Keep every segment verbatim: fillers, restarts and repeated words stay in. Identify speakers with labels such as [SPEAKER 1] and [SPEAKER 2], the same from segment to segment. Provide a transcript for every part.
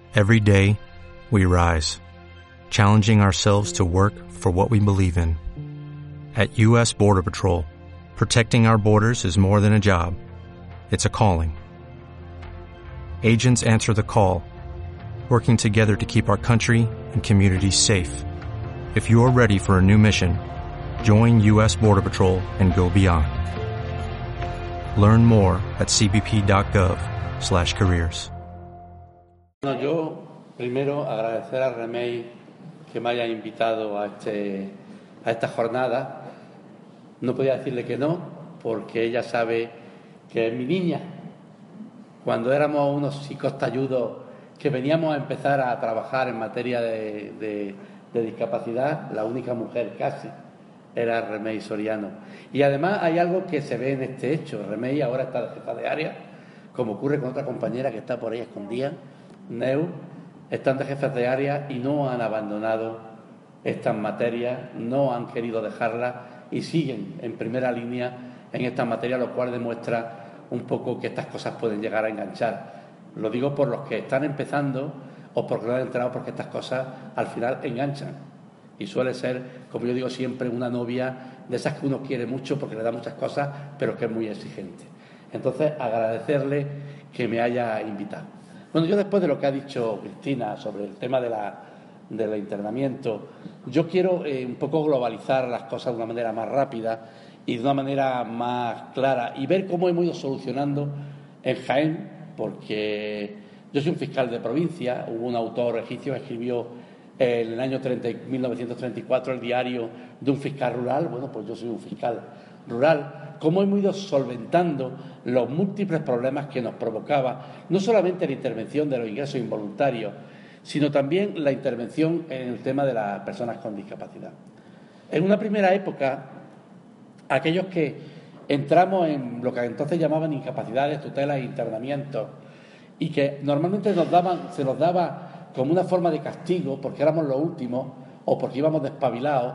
[SPEAKER 1] Every day, we rise, challenging ourselves to work for what we believe in. At U S Border Patrol, protecting our borders is more than a job. It's a calling. Agents answer the call, working together to keep our country and communities safe. If you're ready for a new mission, join U S Border Patrol and go beyond. Learn more at cbp.gov slash careers.
[SPEAKER 2] Bueno, yo primero agradecer a Remei que me haya invitado a, este, a esta jornada. No podía decirle que no, porque ella sabe que es mi niña. Cuando éramos unos psicostalludos que veníamos a empezar a trabajar en materia de, de, de discapacidad, la única mujer casi era Remei Soriano. Y además hay algo que se ve en este hecho. Remei ahora está de jefa de área, como ocurre con otra compañera que está por ahí escondida, Neu, están de jefes de área y no han abandonado estas materias, no han querido dejarlas y siguen en primera línea en estas materias, lo cual demuestra un poco que estas cosas pueden llegar a enganchar. Lo digo por los que están empezando o porque no han entrado, porque estas cosas al final enganchan. Y suele ser, como yo digo siempre, una novia de esas que uno quiere mucho porque le da muchas cosas, pero que es muy exigente. Entonces, agradecerle que me haya invitado. Bueno, yo después de lo que ha dicho Cristina sobre el tema de la, del internamiento, yo quiero eh, un poco globalizar las cosas de una manera más rápida y de una manera más clara y ver cómo hemos ido solucionando en Jaén, porque yo soy un fiscal de provincia. Hubo un autor egipcio que escribió en el año mil novecientos treinta y cuatro el diario de un fiscal rural. Bueno, pues yo soy un fiscal rural. Cómo hemos ido solventando los múltiples problemas que nos provocaba no solamente la intervención de los ingresos involuntarios, sino también la intervención en el tema de las personas con discapacidad. En una primera época, aquellos que entramos en lo que entonces llamaban incapacidades, tutelas e internamientos, y que normalmente nos daban, se nos daba como una forma de castigo porque éramos los últimos o porque íbamos despabilados,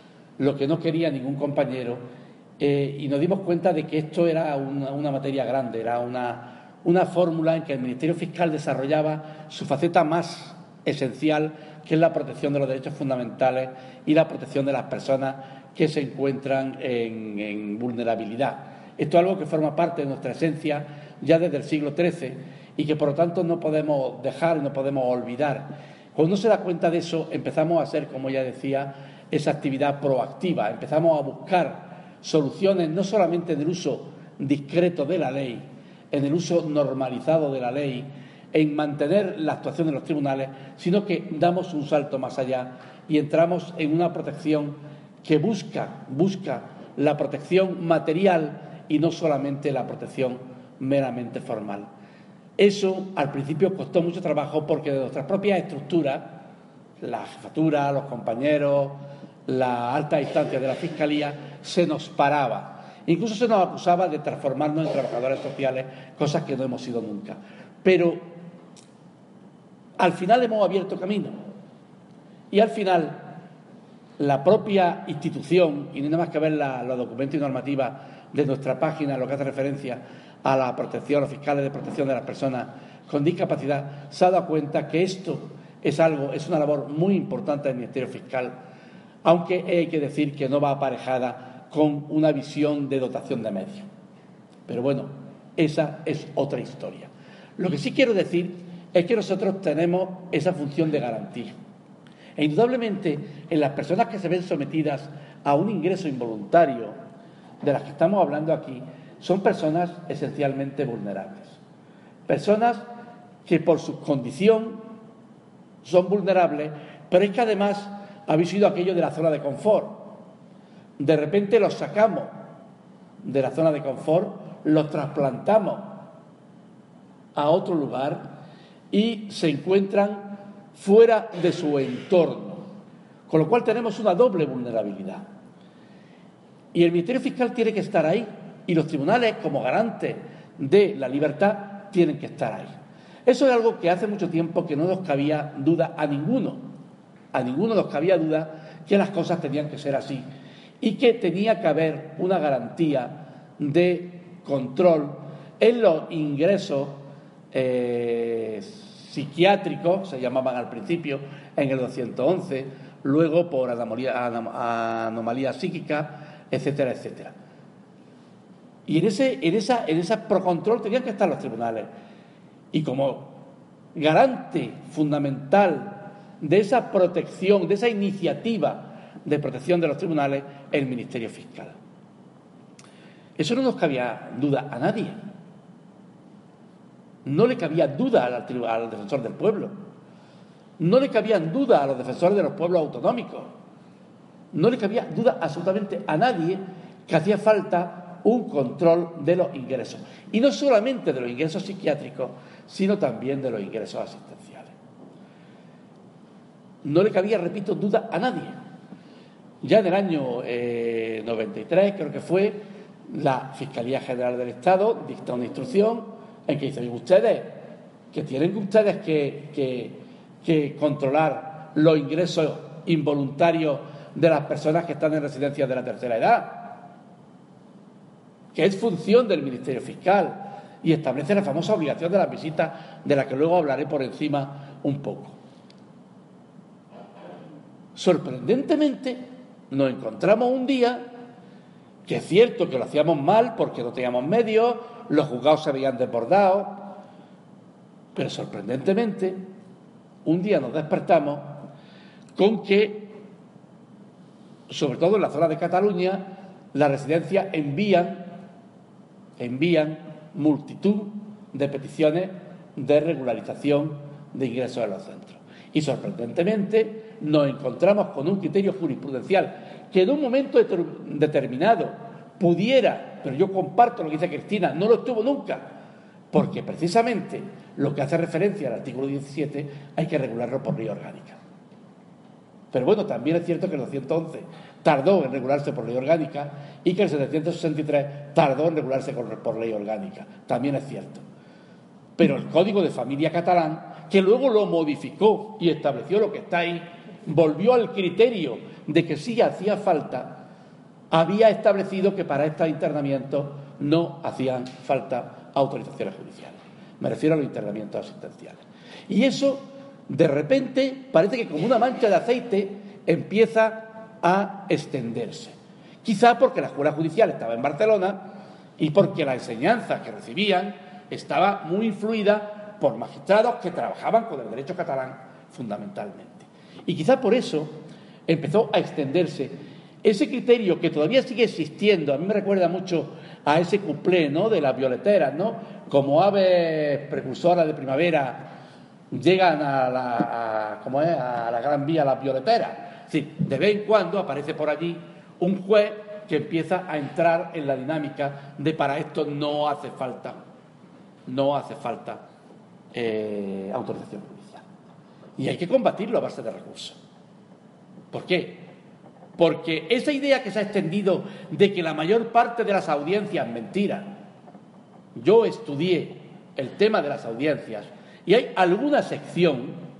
[SPEAKER 2] lo que no quería ningún compañero. Eh, y nos dimos cuenta de que esto era una, una materia grande, era una, una fórmula en que el Ministerio Fiscal desarrollaba su faceta más esencial, que es la protección de los derechos fundamentales y la protección de las personas que se encuentran en, en vulnerabilidad. Esto es algo que forma parte de nuestra esencia ya desde el siglo trece y que, por lo tanto, no podemos dejar y no podemos olvidar. Cuando uno se da cuenta de eso, empezamos a hacer, como ya decía, esa actividad proactiva. Empezamos a buscar soluciones no solamente en el uso discreto de la ley, en el uso normalizado de la ley, en mantener la actuación de los tribunales, sino que damos un salto más allá y entramos en una protección que busca, busca la protección material y no solamente la protección meramente formal. Eso al principio costó mucho trabajo porque de nuestras propias estructuras, la jefatura, los compañeros, la alta instancia de la Fiscalía, se nos paraba. Incluso se nos acusaba de transformarnos en trabajadores sociales, cosas que no hemos sido nunca. Pero al final hemos abierto camino. Y al final la propia institución, y no hay nada más que ver la, los documentos y normativas de nuestra página, lo que hace referencia a la protección, los fiscales de protección de las personas con discapacidad, se ha dado cuenta que esto es algo, es una labor muy importante del Ministerio Fiscal, aunque hay que decir que no va aparejada con una visión de dotación de medios. Pero bueno, esa es otra historia. Lo que sí quiero decir es que nosotros tenemos esa función de garantía. E indudablemente, en las personas que se ven sometidas a un ingreso involuntario, de las que estamos hablando aquí, son personas esencialmente vulnerables. Personas que por su condición son vulnerables, pero es que además habéis sido aquello de la zona de confort. De repente los sacamos de la zona de confort, los trasplantamos a otro lugar y se encuentran fuera de su entorno, con lo cual tenemos una doble vulnerabilidad. Y el Ministerio Fiscal tiene que estar ahí y los tribunales, como garantes de la libertad, tienen que estar ahí. Eso es algo que hace mucho tiempo que no nos cabía duda a ninguno. A ninguno nos cabía duda que las cosas tenían que ser así y que tenía que haber una garantía de control en los ingresos eh, psiquiátricos, se llamaban al principio, en el doscientos once, luego por anomalía, anomalía psíquica, etcétera, etcétera. Y en ese, en esa, en esa procontrol tenían que estar los tribunales. Y como garante fundamental de esa protección, de esa iniciativa de protección de los tribunales, el Ministerio Fiscal. Eso no nos cabía duda a nadie. No le cabía duda al, al defensor del pueblo. No le cabían duda a los defensores de los pueblos autonómicos. No le cabía duda absolutamente a nadie que hacía falta un control de los ingresos. Y no solamente de los ingresos psiquiátricos, sino también de los ingresos asistenciales. No le cabía, repito, duda a nadie. Ya en el año eh, noventa y tres, creo que fue, la Fiscalía General del Estado dictó una instrucción en que dicen ustedes que tienen ustedes que, que, que controlar los ingresos involuntarios de las personas que están en residencias de la tercera edad, que es función del Ministerio Fiscal, y establece la famosa obligación de las visitas, de la que luego hablaré por encima un poco. Sorprendentemente, nos encontramos un día que es cierto que lo hacíamos mal porque no teníamos medios, los juzgados se veían desbordados, pero sorprendentemente, un día nos despertamos con que, sobre todo en la zona de Cataluña, las residencias envían, envían multitud de peticiones de regularización de ingresos en los centros. Y sorprendentemente nos encontramos con un criterio jurisprudencial que en un momento determinado pudiera, pero yo comparto lo que dice Cristina, no lo estuvo nunca, porque precisamente lo que hace referencia al artículo diecisiete hay que regularlo por ley orgánica. Pero bueno, también es cierto que el doscientos once tardó en regularse por ley orgánica y que el setecientos sesenta y tres tardó en regularse por ley orgánica. También es cierto. Pero el Código de Familia catalán, que luego lo modificó y estableció lo que está ahí, volvió al criterio de que sí hacía falta, había establecido que para estos internamientos no hacían falta autorizaciones judiciales. Me refiero a los internamientos asistenciales. Y eso, de repente, parece que como una mancha de aceite empieza a extenderse. Quizá porque la escuela judicial estaba en Barcelona y porque la enseñanza que recibían estaba muy influida por magistrados que trabajaban con el derecho catalán fundamentalmente. Y quizá por eso empezó a extenderse ese criterio que todavía sigue existiendo. A mí me recuerda mucho a ese cuplé, ¿no?, de las violeteras, ¿no? Como aves precursoras de primavera llegan a la, a, ¿cómo es?, a la Gran Vía las violeteras. Sí, de vez en cuando aparece por allí un juez que empieza a entrar en la dinámica de para esto no hace falta, no hace falta eh, autorización judicial. Y hay que combatirlo a base de recursos. ¿Por qué? Porque esa idea que se ha extendido de que la mayor parte de las audiencias, mentira. Yo estudié el tema de las audiencias y hay alguna sección.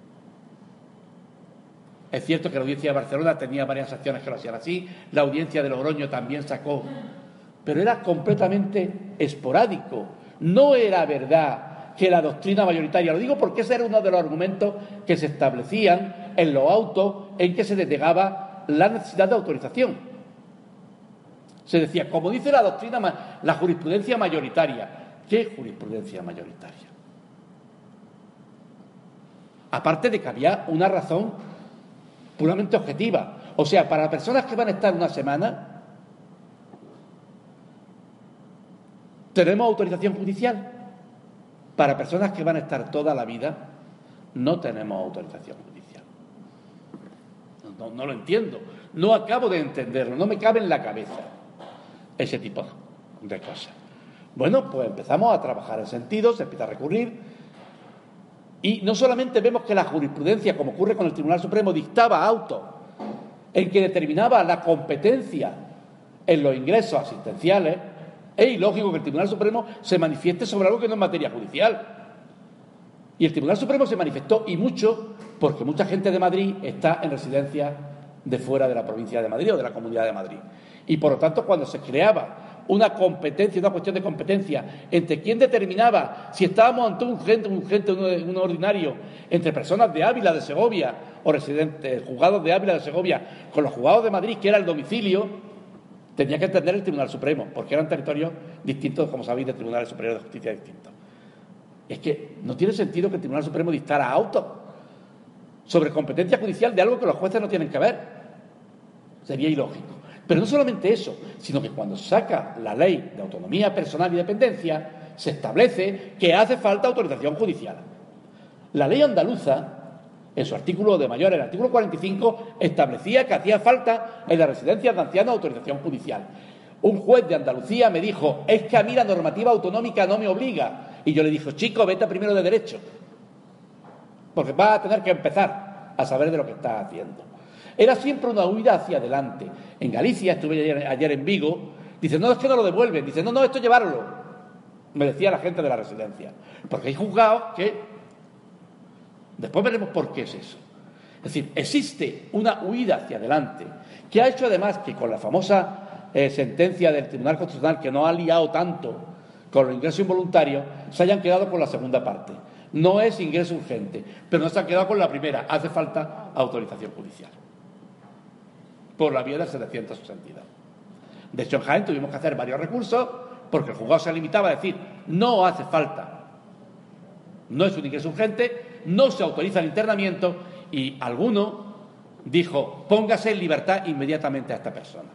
[SPEAKER 2] Es cierto que la audiencia de Barcelona tenía varias secciones que lo hacían así, la audiencia de Logroño también sacó, pero era completamente esporádico. No era verdad que la doctrina mayoritaria, lo digo porque ese era uno de los argumentos que se establecían en los autos en que se denegaba la necesidad de autorización. Se decía, como dice la doctrina, la jurisprudencia mayoritaria. ¿Qué jurisprudencia mayoritaria? Aparte de que había una razón puramente objetiva. O sea, para personas que van a estar una semana, tenemos autorización judicial. Para personas que van a estar toda la vida, no tenemos autorización judicial. No, no lo entiendo. No acabo de entenderlo. No me cabe en la cabeza ese tipo de cosas. Bueno, pues empezamos a trabajar en sentido, se empieza a recurrir. Y no solamente vemos que la jurisprudencia, como ocurre con el Tribunal Supremo, dictaba autos en que determinaba la competencia en los ingresos asistenciales, es ilógico que el Tribunal Supremo se manifieste sobre algo que no es materia judicial. Y el Tribunal Supremo se manifestó, y mucho, porque mucha gente de Madrid está en residencias de fuera de la provincia de Madrid o de la Comunidad de Madrid. Y por lo tanto, cuando se creaba una competencia, una cuestión de competencia entre quién determinaba si estábamos ante un gente, un gente, un ordinario, entre personas de Ávila, de Segovia, o residentes, juzgados de Ávila, de Segovia, con los juzgados de Madrid, que era el domicilio, tenía que entender el Tribunal Supremo, porque eran territorios distintos, como sabéis, de Tribunales Superiores de Justicia distintos. Es que no tiene sentido que el Tribunal Supremo dictara autos sobre competencia judicial de algo que los jueces no tienen que ver. Sería ilógico. Pero no solamente eso, sino que cuando saca la ley de autonomía personal y dependencia, se establece que hace falta autorización judicial. La ley andaluza, en su artículo de mayor, el artículo cuarenta y cinco, establecía que hacía falta en las residencias de ancianos autorización judicial. Un juez de Andalucía me dijo, es que a mí la normativa autonómica no me obliga. Y yo le dije, chico, vete primero de derecho, porque vas a tener que empezar a saber de lo que estás haciendo. Era siempre una huida hacia adelante. En Galicia, estuve ayer, ayer en Vigo, dicen, no, es que no lo devuelven. Dicen, no, no, esto llevarlo. Me decía la gente de la residencia. Porque hay juzgados que... Después veremos por qué es eso. Es decir, existe una huida hacia adelante, que ha hecho además que con la famosa eh, sentencia del Tribunal Constitucional, que no ha liado tanto con los ingresos involuntarios, se hayan quedado con la segunda parte. No es ingreso urgente, pero no se han quedado con la primera. Hace falta autorización judicial por la vía del setecientos sesenta y dos. De hecho, en Jaén tuvimos que hacer varios recursos porque el juzgado se limitaba a decir no hace falta, no es un ingreso urgente, no se autoriza el internamiento, y alguno dijo póngase en libertad inmediatamente a esta persona.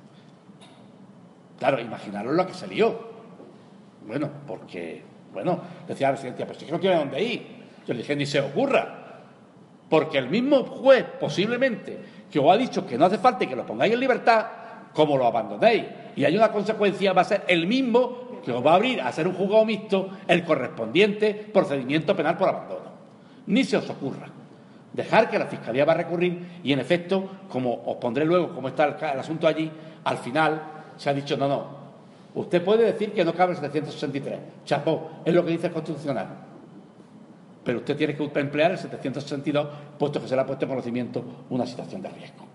[SPEAKER 2] Claro, imaginaros lo que se lió. Bueno, porque, bueno, decía la residencia, pero si es que no tiene dónde ir. Yo le dije, ni se ocurra, porque el mismo juez, posiblemente, que os ha dicho que no hace falta y que lo pongáis en libertad, como lo abandonéis y hay una consecuencia, va a ser el mismo que os va a abrir a hacer un juzgado mixto el correspondiente procedimiento penal por abandono. Ni se os ocurra dejar que la Fiscalía va a recurrir y, en efecto, como os pondré luego cómo está el, el asunto allí, al final se ha dicho, no, no, usted puede decir que no cabe el setecientos sesenta y tres, chapó, es lo que dice el Constitucional, pero usted tiene que emplear el setecientos sesenta y dos, puesto que se le ha puesto en conocimiento una situación de riesgo.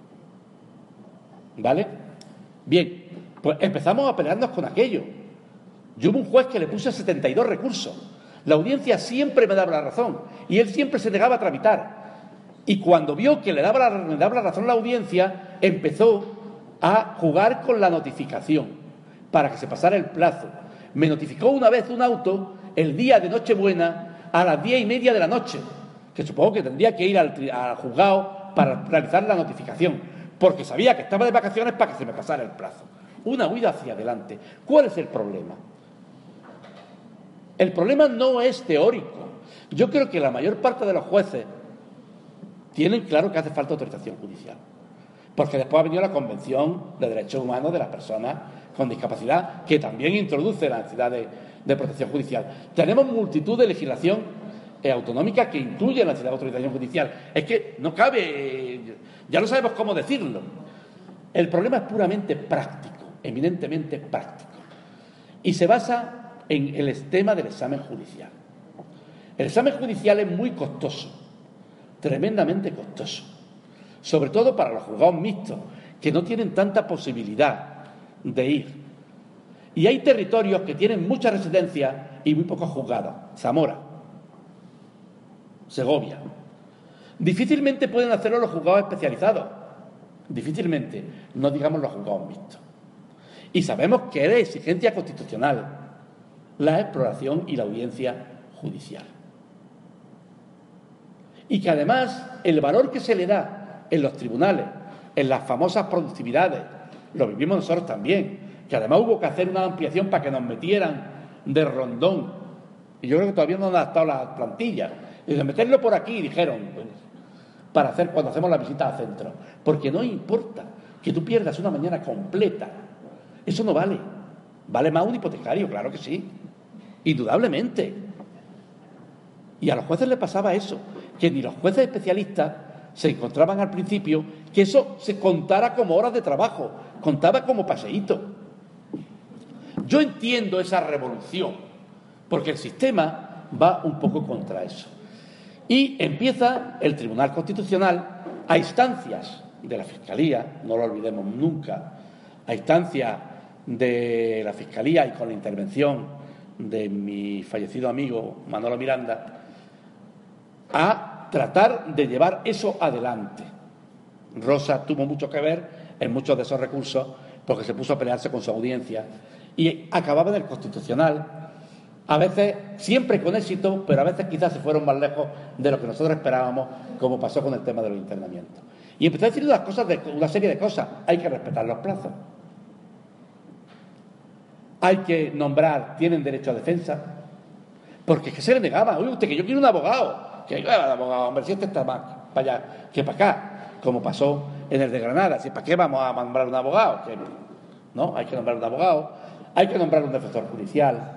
[SPEAKER 2] ¿Vale? Bien, pues empezamos a pelearnos con aquello. Yo hubo un juez que le puse setenta y dos recursos. La audiencia siempre me daba la razón y él siempre se negaba a tramitar. Y cuando vio que le daba la, me daba la razón la audiencia, empezó a jugar con la notificación para que se pasara el plazo. Me notificó una vez un auto el día de Nochebuena a las diez y media de la noche, que supongo que tendría que ir al, al juzgado para realizar la notificación, porque sabía que estaba de vacaciones para que se me pasara el plazo. Una huida hacia adelante. ¿Cuál es el problema? El problema no es teórico. Yo creo que la mayor parte de los jueces tienen claro que hace falta autorización judicial, porque después ha venido la Convención de Derechos Humanos de las Personas con Discapacidad, que también introduce la necesidad de, de protección judicial. Tenemos multitud de legislación eh, autonómica que incluye la necesidad de autorización judicial. Es que no cabe, eh, ya no sabemos cómo decirlo. El problema es puramente práctico, eminentemente práctico, y se basa en el tema del examen judicial. El examen judicial es muy costoso, tremendamente costoso, sobre todo para los juzgados mixtos, que no tienen tanta posibilidad de ir. Y hay territorios que tienen muchas residencias y muy pocos juzgados. Zamora, Segovia. Difícilmente pueden hacerlo los juzgados especializados, difícilmente, no digamos los juzgados mixtos. Y sabemos que es exigencia constitucional la exploración y la audiencia judicial. Y que además el valor que se le da en los tribunales, en las famosas productividades, lo vivimos nosotros también, que además hubo que hacer una ampliación para que nos metieran de rondón. Y yo creo que todavía no han adaptado las plantillas. Y de meterlo por aquí, dijeron, pues, para hacer cuando hacemos la visita al centro. Porque no importa que tú pierdas una mañana completa. Eso no vale. Vale más un hipotecario, claro que sí. Indudablemente. Y a los jueces les pasaba eso, que ni los jueces especialistas se encontraban al principio que eso se contara como horas de trabajo, contaba como paseíto. Yo entiendo esa revolución, porque el sistema va un poco contra eso. Y empieza el Tribunal Constitucional, a instancias de la Fiscalía, no lo olvidemos nunca, a instancias de la Fiscalía y con la intervención de mi fallecido amigo Manolo Miranda, a tratar de llevar eso adelante. Rosa tuvo mucho que ver en muchos de esos recursos porque se puso a pelearse con su audiencia y acababa en el Constitucional, a veces siempre con éxito, pero a veces quizás se fueron más lejos de lo que nosotros esperábamos, como pasó con el tema de los internamientos. Y empezó a decir unas cosas de, una serie de cosas. Hay que respetar los plazos, hay que nombrar, tienen derecho a defensa, porque es que se le negaba. Oye, usted, que yo quiero un abogado, que yo era abogado, hombre, si este está más para allá que para acá, como pasó en el de Granada. Si, ¿para qué vamos a nombrar un abogado? Que no, hay que nombrar un abogado, hay que nombrar un defensor judicial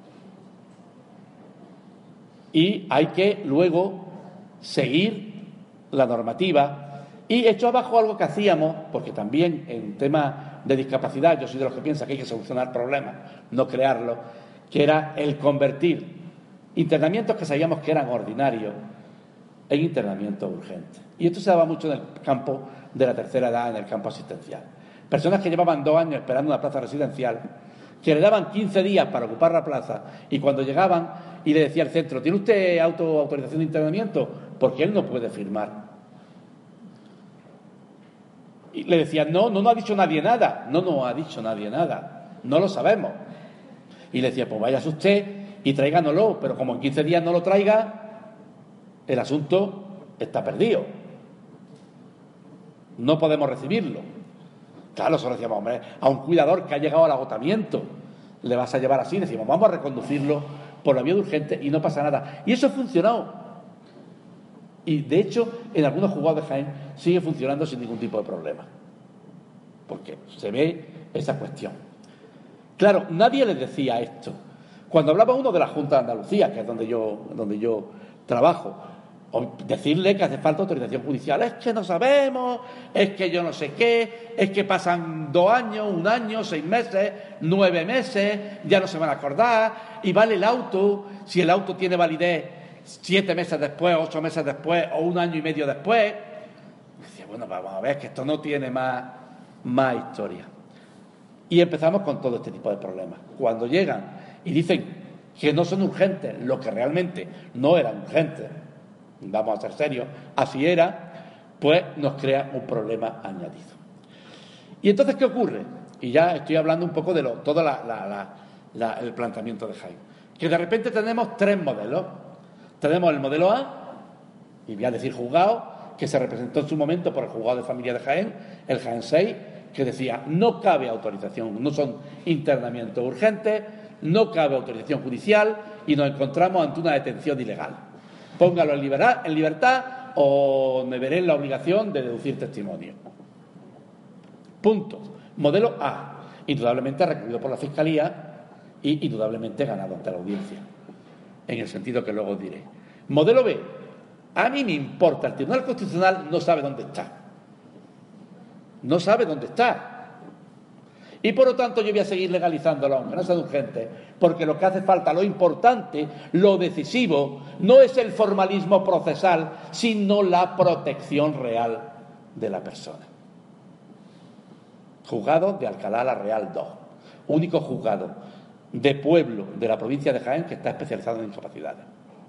[SPEAKER 2] y hay que luego seguir la normativa. Y echó abajo algo que hacíamos, porque también en temas de discapacidad yo soy de los que piensa que hay que solucionar problemas, no crearlos, que era el convertir internamientos que sabíamos que eran ordinarios en internamientos urgentes. Y esto se daba mucho en el campo de la tercera edad, en el campo asistencial. Personas que llevaban dos años esperando una plaza residencial, que le daban quince días para ocupar la plaza, y cuando llegaban y le decía al centro, ¿tiene usted auto, autorización de internamiento? Porque él no puede firmar. Y le decían, no, no, no ha dicho nadie nada. No, no ha dicho nadie nada. No lo sabemos. Y le decía, pues váyase usted y tráiganoslo, pero como en quince días no lo traiga, el asunto está perdido. No podemos recibirlo. Claro, nosotros decíamos, hombre, a un cuidador que ha llegado al agotamiento, le vas a llevar así. Decimos, vamos a reconducirlo por la vía de urgente y no pasa nada. Y eso ha funcionado. Y, de hecho, en algunos juzgados de Jaén sigue funcionando sin ningún tipo de problema. Porque se ve esa cuestión. Claro, nadie les decía esto. Cuando hablaba uno de la Junta de Andalucía, que es donde yo, donde yo trabajo, o decirle que hace falta autorización judicial, es que no sabemos, es que yo no sé qué, es que pasan dos años, un año, seis meses, nueve meses, ya no se van a acordar, y vale el auto, si el auto tiene validez siete meses después, ocho meses después o un año y medio después. Y decía, bueno, vamos a ver que esto no tiene más, más historia. Y empezamos con todo este tipo de problemas. Cuando llegan y dicen que no son urgentes, lo que realmente no eran urgentes, vamos a ser serios, así era, pues nos crea un problema añadido. ¿Y entonces qué ocurre? Y ya estoy hablando un poco de lo, todo la, la, la, la, el planteamiento de Jaén. Que de repente tenemos tres modelos. Tenemos el modelo A, y voy a decir juzgado, que se representó en su momento por el juzgado de familia de Jaén, el Jaén seis, que decía, no cabe autorización, no son internamientos urgentes, no cabe autorización judicial y nos encontramos ante una detención ilegal. Póngalo en libertad, en libertad o me veré en la obligación de deducir testimonio. Punto. Modelo A, indudablemente recurrido por la Fiscalía y indudablemente ganado ante la audiencia, en el sentido que luego os diré. Modelo B, a mí me importa, el Tribunal Constitucional no sabe dónde está. No sabe dónde está. Y por lo tanto yo voy a seguir legalizándolo, aunque no sean urgentes, porque lo que hace falta, lo importante, lo decisivo, no es el formalismo procesal, sino la protección real de la persona. Juzgado de Alcalá la Real dos, único juzgado de pueblo de la provincia de Jaén que está especializado en discapacidades.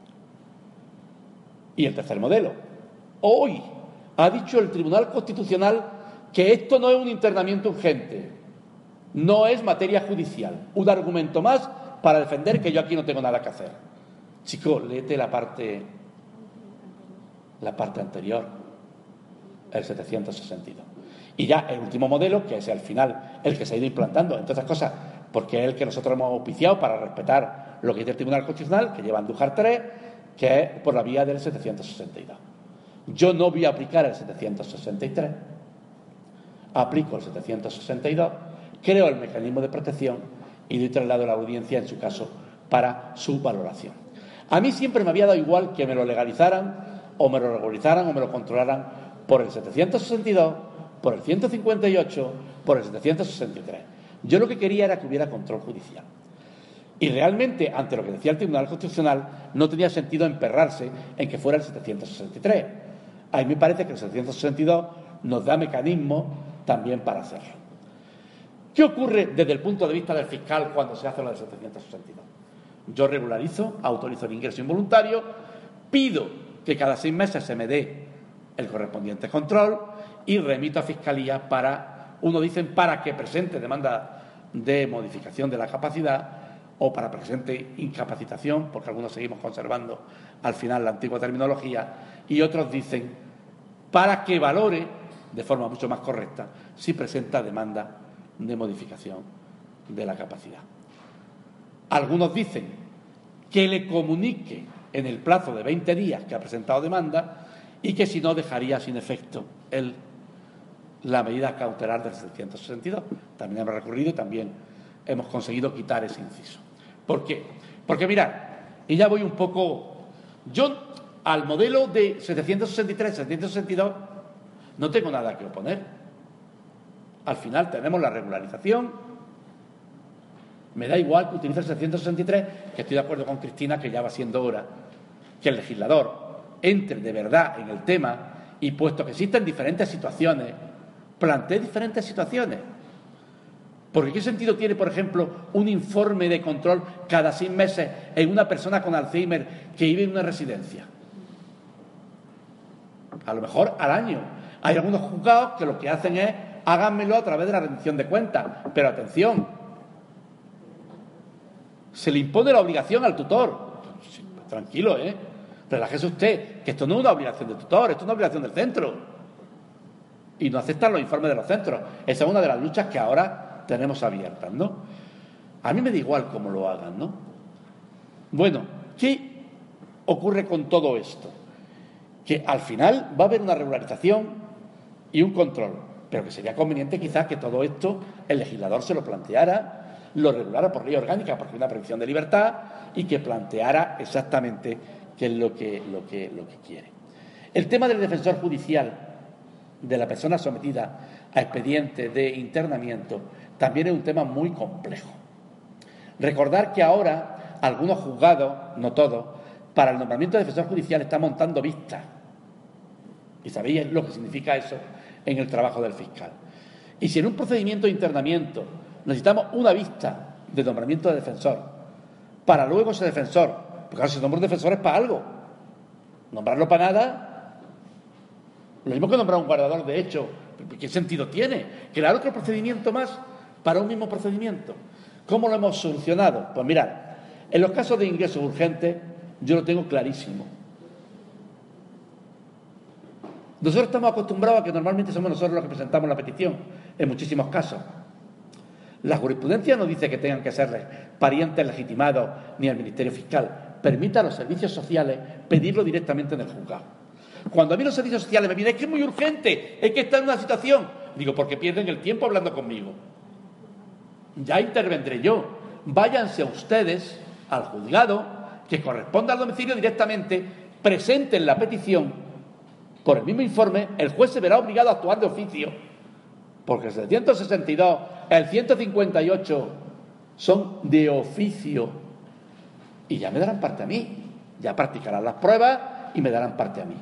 [SPEAKER 2] Y el tercer modelo. Hoy ha dicho el Tribunal Constitucional que esto no es un internamiento urgente, no es materia judicial. Un argumento más para defender que yo aquí no tengo nada que hacer. Chico, léete la parte, la parte anterior, el setecientos sesenta y dos. Y ya el último modelo, que es al final el que se ha ido implantando, entre otras cosas, porque es el que nosotros hemos auspiciado para respetar lo que dice el Tribunal Constitucional, que lleva Andújar tres, que es por la vía del setecientos sesenta y dos. Yo no voy a aplicar el setecientos sesenta y tres, aplico el setecientos sesenta y dos, creo el mecanismo de protección y doy traslado a la audiencia en su caso para su valoración. A mí siempre me había dado igual que me lo legalizaran o me lo regularizaran o me lo controlaran por el setecientos sesenta y dos, por el ciento cincuenta y ocho, por el setecientos sesenta y tres. Yo lo que quería era que hubiera control judicial. Y realmente, ante lo que decía el Tribunal Constitucional, no tenía sentido emperrarse en que fuera el setecientos sesenta y tres. A mí me parece que el setecientos sesenta y dos nos da mecanismos también para hacerlo.
[SPEAKER 3] ¿Qué ocurre desde el punto de vista del fiscal cuando se hace lo del setecientos sesenta y dos? Yo regularizo, autorizo el ingreso involuntario, pido que cada seis meses se me dé el correspondiente control y remito a Fiscalía para, uno dicen, para que presente demanda de modificación de la capacidad o para presente incapacitación, porque algunos seguimos conservando al final la antigua terminología, y otros dicen para que valore de forma mucho más correcta si presenta demanda de modificación de la capacidad. Algunos dicen que le comunique en el plazo de veinte días que ha presentado demanda y que si no dejaría sin efecto el, la medida cautelar del setecientos sesenta y dos. También hemos recurrido y también hemos conseguido quitar ese inciso. ¿Por qué? Porque mirad, y ya voy un poco... Yo al modelo de setecientos sesenta y tres, setecientos sesenta y dos no tengo nada que oponer. Al final tenemos la regularización. Me da igual que utilice el setecientos sesenta y tres, que estoy de acuerdo con Cristina que ya va siendo hora que el legislador entre de verdad en el tema y, puesto que existen diferentes situaciones, plantee diferentes situaciones. Porque ¿qué sentido tiene, por ejemplo, un informe de control cada seis meses en una persona con Alzheimer que vive en una residencia? A lo mejor al año. Hay algunos juzgados que lo que hacen es háganmelo a través de la rendición de cuentas. Pero atención, se le impone la obligación al tutor. Tranquilo, ¿eh? Relájese usted, que esto no es una obligación del tutor, esto es una obligación del centro. Y no aceptan los informes de los centros. Esa es una de las luchas que ahora tenemos abiertas, ¿no? A mí me da igual cómo lo hagan, ¿no? Bueno, ¿qué ocurre con todo esto? Que al final va a haber una regularización y un control, pero que sería conveniente quizás que todo esto el legislador se lo planteara, lo regulara por ley orgánica, porque hay una prevención de libertad, y que planteara exactamente qué es lo que, lo que, lo que quiere. El tema del defensor judicial de la persona sometida a expediente de internamiento también es un tema muy complejo. Recordar que ahora algunos juzgados, no todos, para el nombramiento de defensor judicial están montando vistas. Y sabéis lo que significa eso en el trabajo del fiscal. Y si en un procedimiento de internamiento necesitamos una vista de nombramiento de defensor para luego ese defensor, porque claro, si nombra un defensor es para algo, nombrarlo para nada, lo mismo que nombrar un guardador de hecho, ¿qué sentido tiene? Crear otro procedimiento más para un mismo procedimiento. ¿Cómo lo hemos solucionado? Pues mirad, en los casos de ingresos urgentes yo lo tengo clarísimo. Nosotros estamos acostumbrados a que normalmente somos nosotros los que presentamos la petición, en muchísimos casos. La jurisprudencia no dice que tengan que ser parientes legitimados ni al Ministerio Fiscal. Permite a los servicios sociales pedirlo directamente en el juzgado. Cuando a mí los servicios sociales me piden, es que es muy urgente, es que está en una situación, digo, porque pierden el tiempo hablando conmigo. Ya intervendré yo. Váyanse ustedes al juzgado, que corresponda al domicilio directamente, presenten la petición. Por el mismo informe, el juez se verá obligado a actuar de oficio, porque el setecientos sesenta y dos, el ciento cincuenta y ocho son de oficio, y ya me darán parte a mí, ya practicarán las pruebas y me darán parte a mí.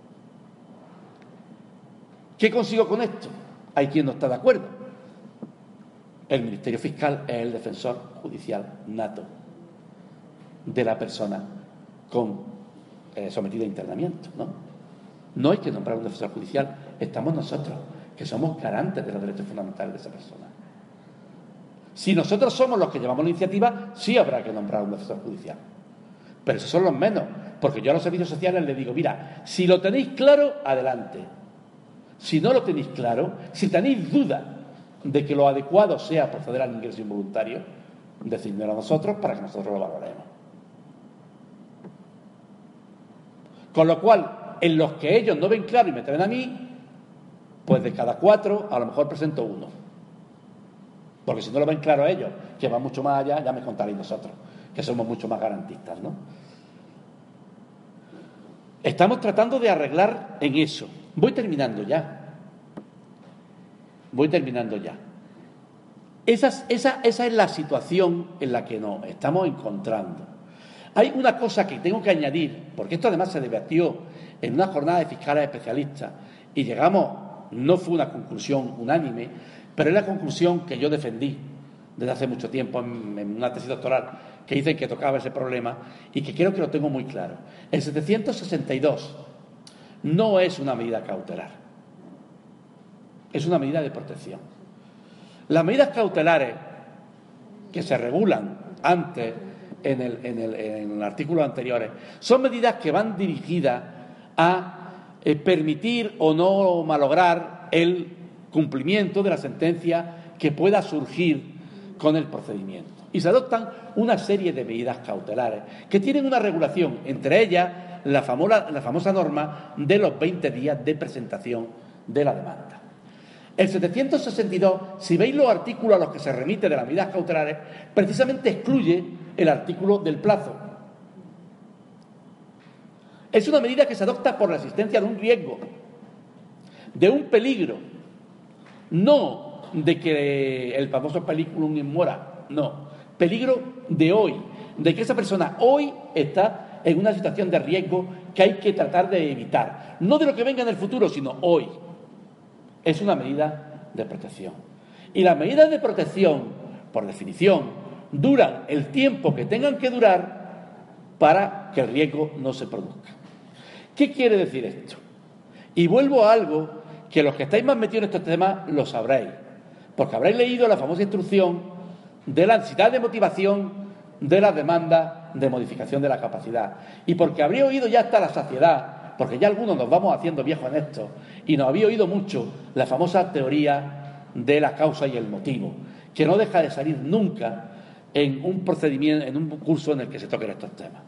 [SPEAKER 3] ¿Qué consigo con esto? Hay quien no está de acuerdo. El Ministerio Fiscal es el defensor judicial nato de la persona con, eh, sometida a internamiento, ¿no? No hay que nombrar un defensor judicial, estamos nosotros, que somos garantes de los derechos fundamentales de esa persona. Si nosotros somos los que llevamos la iniciativa, sí habrá que nombrar un defensor judicial. Pero esos son los menos, porque yo a los servicios sociales les digo, mira, si lo tenéis claro, adelante. Si no lo tenéis claro, si tenéis duda de que lo adecuado sea proceder al ingreso involuntario, decídmelo a nosotros para que nosotros lo valoremos. Con lo cual, en los que ellos no ven claro y me traen a mí, pues de cada cuatro a lo mejor presento uno. Porque si no lo ven claro ellos, que va mucho más allá, ya me contaréis nosotros, que somos mucho más garantistas, ¿no? Estamos tratando de arreglar en eso. Voy terminando ya. Voy terminando ya. Esa, esa, esa es la situación en la que nos estamos encontrando. Hay una cosa que tengo que añadir, porque esto además se debatió en una jornada de fiscales especialistas y llegamos, no fue una conclusión unánime, Pero es la conclusión que yo defendí desde hace mucho tiempo en, en una tesis doctoral que dicen que tocaba ese problema y que creo que lo tengo muy claro. El setecientos sesenta y dos no es una medida cautelar, es una medida de protección. Las medidas cautelares que se regulan antes en el, en el, en los artículos anteriores son medidas que van dirigidas a eh, permitir o no malograr el cumplimiento de la sentencia que pueda surgir con el procedimiento. Y se adoptan una serie de medidas cautelares que tienen una regulación, entre ellas la famosa, la famosa norma de los veinte días de presentación de la demanda. El setecientos sesenta y dos, si veis los artículos a los que se remite de las medidas cautelares, precisamente excluye el artículo del plazo. Es una medida que se adopta por la existencia de un riesgo, de un peligro, no de que el famoso peliculum in mora, no, peligro de hoy, de que esa persona hoy está en una situación de riesgo que hay que tratar de evitar, no de lo que venga en el futuro, sino hoy. Es una medida de protección. Y las medidas de protección, por definición, duran el tiempo que tengan que durar para que el riesgo no se produzca. ¿Qué quiere decir esto? Y vuelvo a algo que los que estáis más metidos en estos temas lo sabréis, porque habréis leído la famosa instrucción de la necesidad de motivación de las demandas de modificación de la capacidad, y porque habréis oído ya hasta la saciedad, porque ya algunos nos vamos haciendo viejos en esto, y nos habéis oído mucho la famosa teoría de la causa y el motivo, que no deja de salir nunca en un procedimiento, en un curso en el que se toquen estos temas.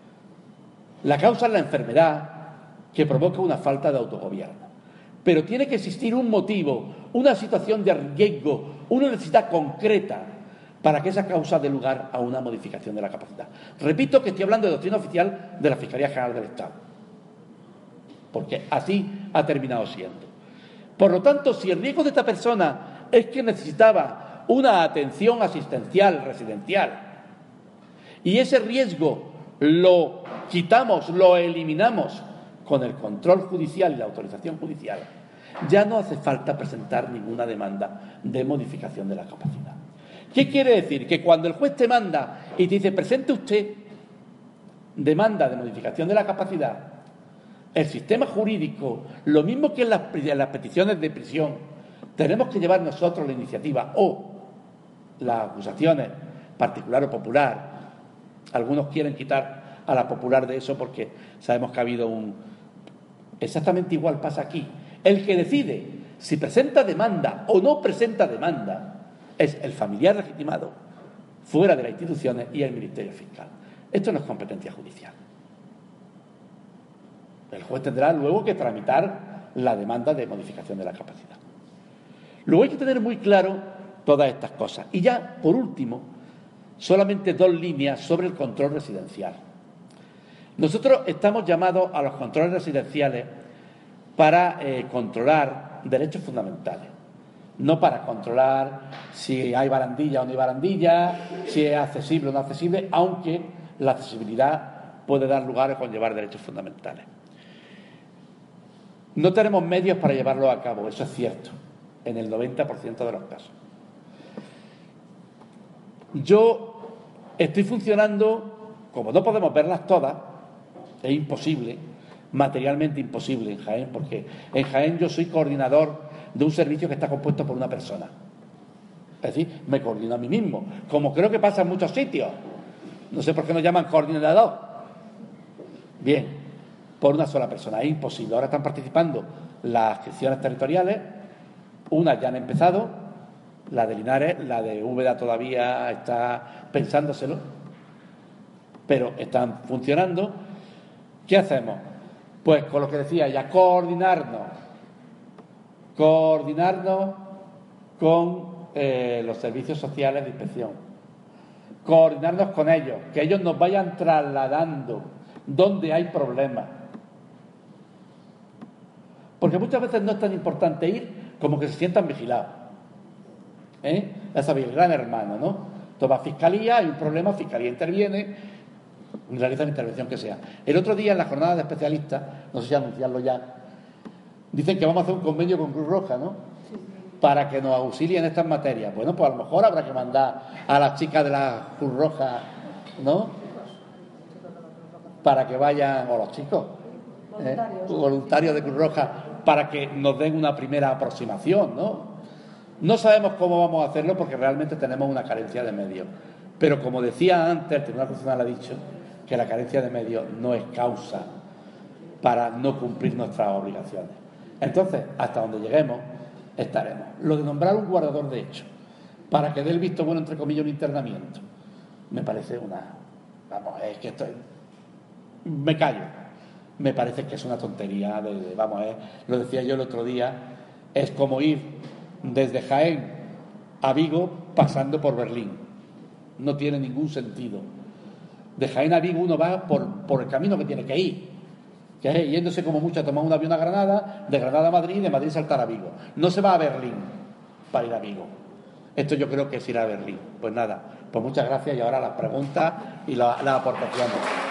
[SPEAKER 3] La causa es la enfermedad que provoca una falta de autogobierno, pero tiene que existir un motivo, una situación de riesgo, una necesidad concreta para que esa causa dé lugar a una modificación de la capacidad. Repito que estoy hablando de doctrina oficial de la Fiscalía General del Estado, porque así ha terminado siendo. Por lo tanto, si el riesgo de esta persona es que necesitaba una atención asistencial residencial y ese riesgo lo quitamos, lo eliminamos con el control judicial y la autorización judicial, ya no hace falta presentar ninguna demanda de modificación de la capacidad. ¿Qué quiere decir? Que cuando el juez te manda y te dice presente usted demanda de modificación de la capacidad, el sistema jurídico, lo mismo que en las, en las peticiones de prisión, tenemos que llevar nosotros la iniciativa o las acusaciones particular o popular. Algunos quieren quitar a la popular de eso porque sabemos que ha habido un... Exactamente igual pasa aquí. El que decide si presenta demanda o no presenta demanda es el familiar legitimado fuera de las instituciones y el Ministerio Fiscal. Esto no es competencia judicial. El juez tendrá luego que tramitar la demanda de modificación de la capacidad. Luego hay que tener muy claro todas estas cosas. Y ya, por último, solamente dos líneas sobre el control residencial. Nosotros estamos llamados a los controles residenciales para eh, controlar derechos fundamentales, no para controlar si hay barandilla o no hay barandilla, si es accesible o no accesible, aunque la accesibilidad puede dar lugar a conllevar derechos fundamentales. No tenemos medios para llevarlo a cabo, eso es cierto, en el noventa por ciento de los casos. Yo estoy funcionando, como no podemos verlas todas, es imposible, materialmente imposible en Jaén, porque en Jaén yo soy coordinador de un servicio que está compuesto por una persona. Es decir, me coordino a mí mismo, como creo que pasa en muchos sitios. No sé por qué nos llaman coordinador. Bien, por una sola persona, es imposible. Ahora están participando las secciones territoriales, unas ya han empezado, la de Linares, la de Úbeda todavía está pensándoselo, pero están funcionando. ¿Qué hacemos? Pues con lo que decía ya, coordinarnos, coordinarnos con eh, los servicios sociales de inspección, coordinarnos con ellos, que ellos nos vayan trasladando donde hay problemas. Porque muchas veces no es tan importante ir como que se sientan vigilados. ¿Eh? Ya sabéis, el gran hermano, ¿no? Toma fiscalía, hay un problema, fiscalía interviene, realiza la intervención que sea. El otro día en la jornada de especialistas, no sé si anunciarlo ya, dicen que vamos a hacer un convenio con Cruz Roja, ¿no? para que nos auxilien en estas materias. Bueno, pues a lo mejor habrá que mandar a las chicas de la Cruz Roja, ¿no?, para que vayan, o los chicos, ¿eh?, voluntarios de Cruz Roja, para que nos den una primera aproximación, ¿no? No sabemos cómo vamos a hacerlo porque realmente tenemos una carencia de medios. Pero como decía antes, el Tribunal Constitucional ha dicho que la carencia de medios no es causa para no cumplir nuestras obligaciones. Entonces, hasta donde lleguemos, estaremos. Lo de nombrar un guardador de hechos para que dé el visto bueno, entre comillas, un internamiento, me parece una... Vamos, es que esto es... Me callo. Me parece que es una tontería. De, de, vamos, es, lo decía yo el otro día, es como ir desde Jaén a Vigo pasando por Berlín. No tiene ningún sentido. De Jaén a Vigo uno va por, por el camino que tiene que ir, que es yéndose como mucho a tomar un avión a Granada, de Granada a Madrid y de Madrid saltar a Vigo. No se va a Berlín para ir a Vigo. Esto yo creo que es ir a Berlín. Pues nada, pues muchas gracias y ahora las preguntas y las la aportaciones.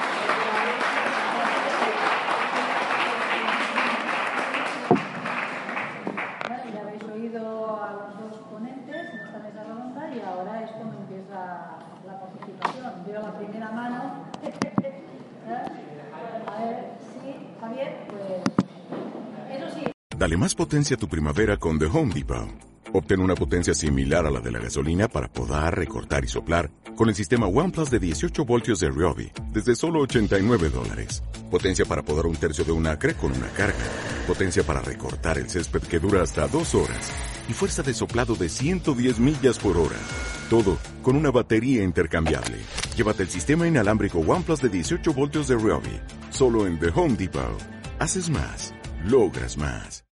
[SPEAKER 4] Veo la primera mano. A ver, sí, Javier, pues... Eso sí.
[SPEAKER 5] Dale más potencia a tu primavera con The Home Depot. Obtén una potencia similar a la de la gasolina para podar, recortar y soplar con el sistema OnePlus de dieciocho voltios de Ryobi desde solo ochenta y nueve dólares. Potencia para podar un tercio de un acre con una carga. Potencia para recortar el césped que dura hasta dos horas. Y fuerza de soplado de ciento diez millas por hora. Todo con una batería intercambiable. Llévate el sistema inalámbrico OnePlus de dieciocho voltios de Ryobi. Solo en The Home Depot. Haces más. Logras más.